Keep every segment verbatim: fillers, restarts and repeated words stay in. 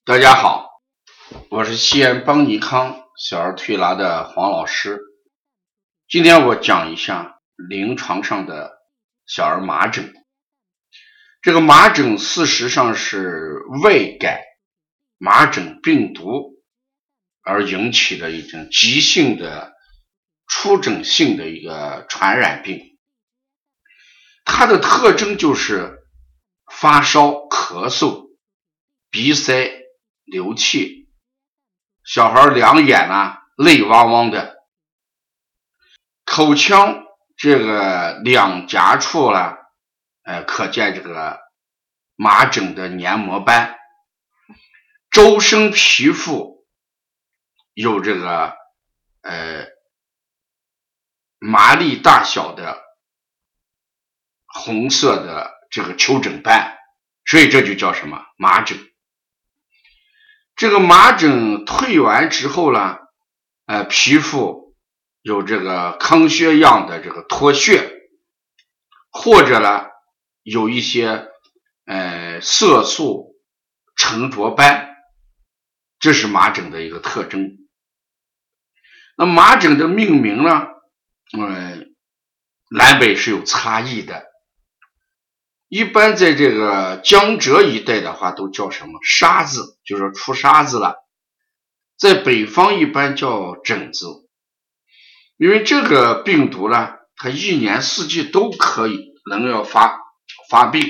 大家好，我是西安邦尼康小儿推拿的黄老师。今天我讲一下临床上的小儿麻疹。这个麻疹事实上是外感麻疹病毒而引起的一种急性的出疹性的一个传染病。它的特征就是发烧、咳嗽、鼻塞、流气，小孩两眼呢泪汪汪的，口腔这个两颊处呢，呃，可见这个麻疹的黏膜斑，周身皮肤有这个呃麻粒大小的红色的这个丘疹斑，所以这就叫什么麻疹。这个麻疹退完之后呢，呃，皮肤有这个康靴样的这个脱屑，或者呢有一些呃色素沉着斑，这是麻疹的一个特征。那麻疹的命名呢，呃，南北是有差异的。一般在这个江浙一带的话都叫什么沙子，就是出沙子了。在北方一般叫疹子，因为这个病毒呢，它一年四季都可以能要发发病，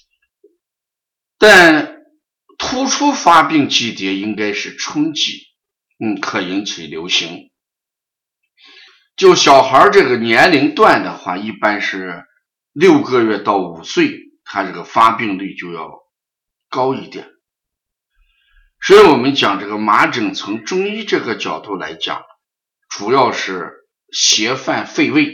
但突出发病季节应该是春季，嗯，可引起流行。就小孩这个年龄段的话，一般是六个月到五岁，它这个发病率就要高一点。所以我们讲这个麻疹，从中医这个角度来讲，主要是邪犯肺胃，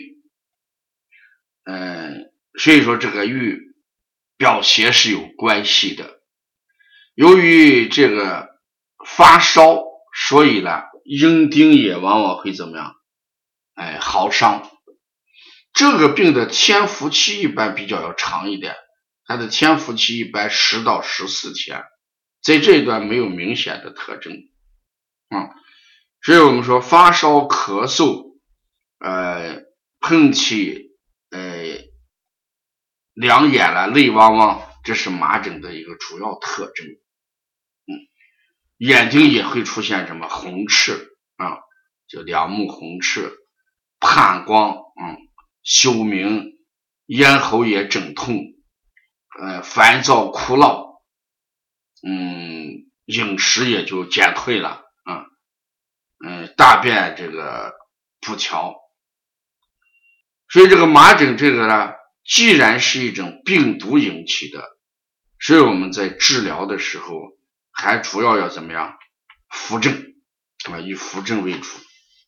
嗯，所以说这个与表邪是有关系的。由于这个发烧，所以呢阴丁也往往会怎么样？哎，耗伤。这个病的潜伏期一般比较要长一点，它的潜伏期一般十到十四天，在这一段没有明显的特征，嗯，所以我们说发烧、咳嗽、呃喷嚏、呃两眼了泪汪汪，这是麻疹的一个主要特征。嗯，眼睛也会出现什么红赤啊，就两目红赤、盼光，嗯，休明，咽喉也肿痛，呃，烦躁哭闹，嗯，饮食也就减退了，啊，嗯，大便这个不调。所以这个麻疹这个呢，既然是一种病毒引起的，所以我们在治疗的时候还主要要怎么样？扶正啊，以扶正为主。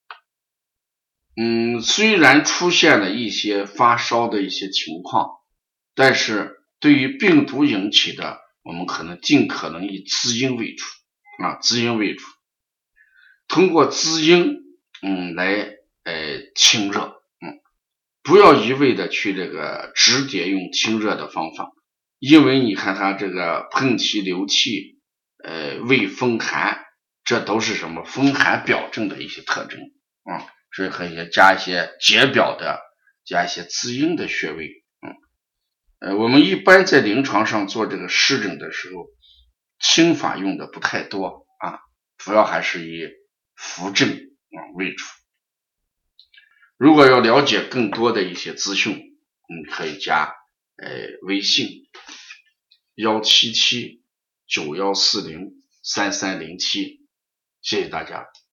嗯，虽然出现了一些发烧的一些情况，但是对于病毒引起的，我们可能尽可能以滋阴为主啊，滋阴为主，通过滋阴，嗯，来呃清热，嗯，不要一味的去这个直接用清热的方法，因为你看它这个喷嚏、流气，呃，胃风寒，这都是什么风寒表症的一些特征啊，嗯，所以可以加一些解表的，加一些滋阴的穴位，嗯，呃，我们一般在临床上做这个湿疹的时候，清法用的不太多啊，主要还是以扶正啊为主。如果要了解更多的一些资讯，你可以加呃微信幺七七九幺四零三三零七，谢谢大家。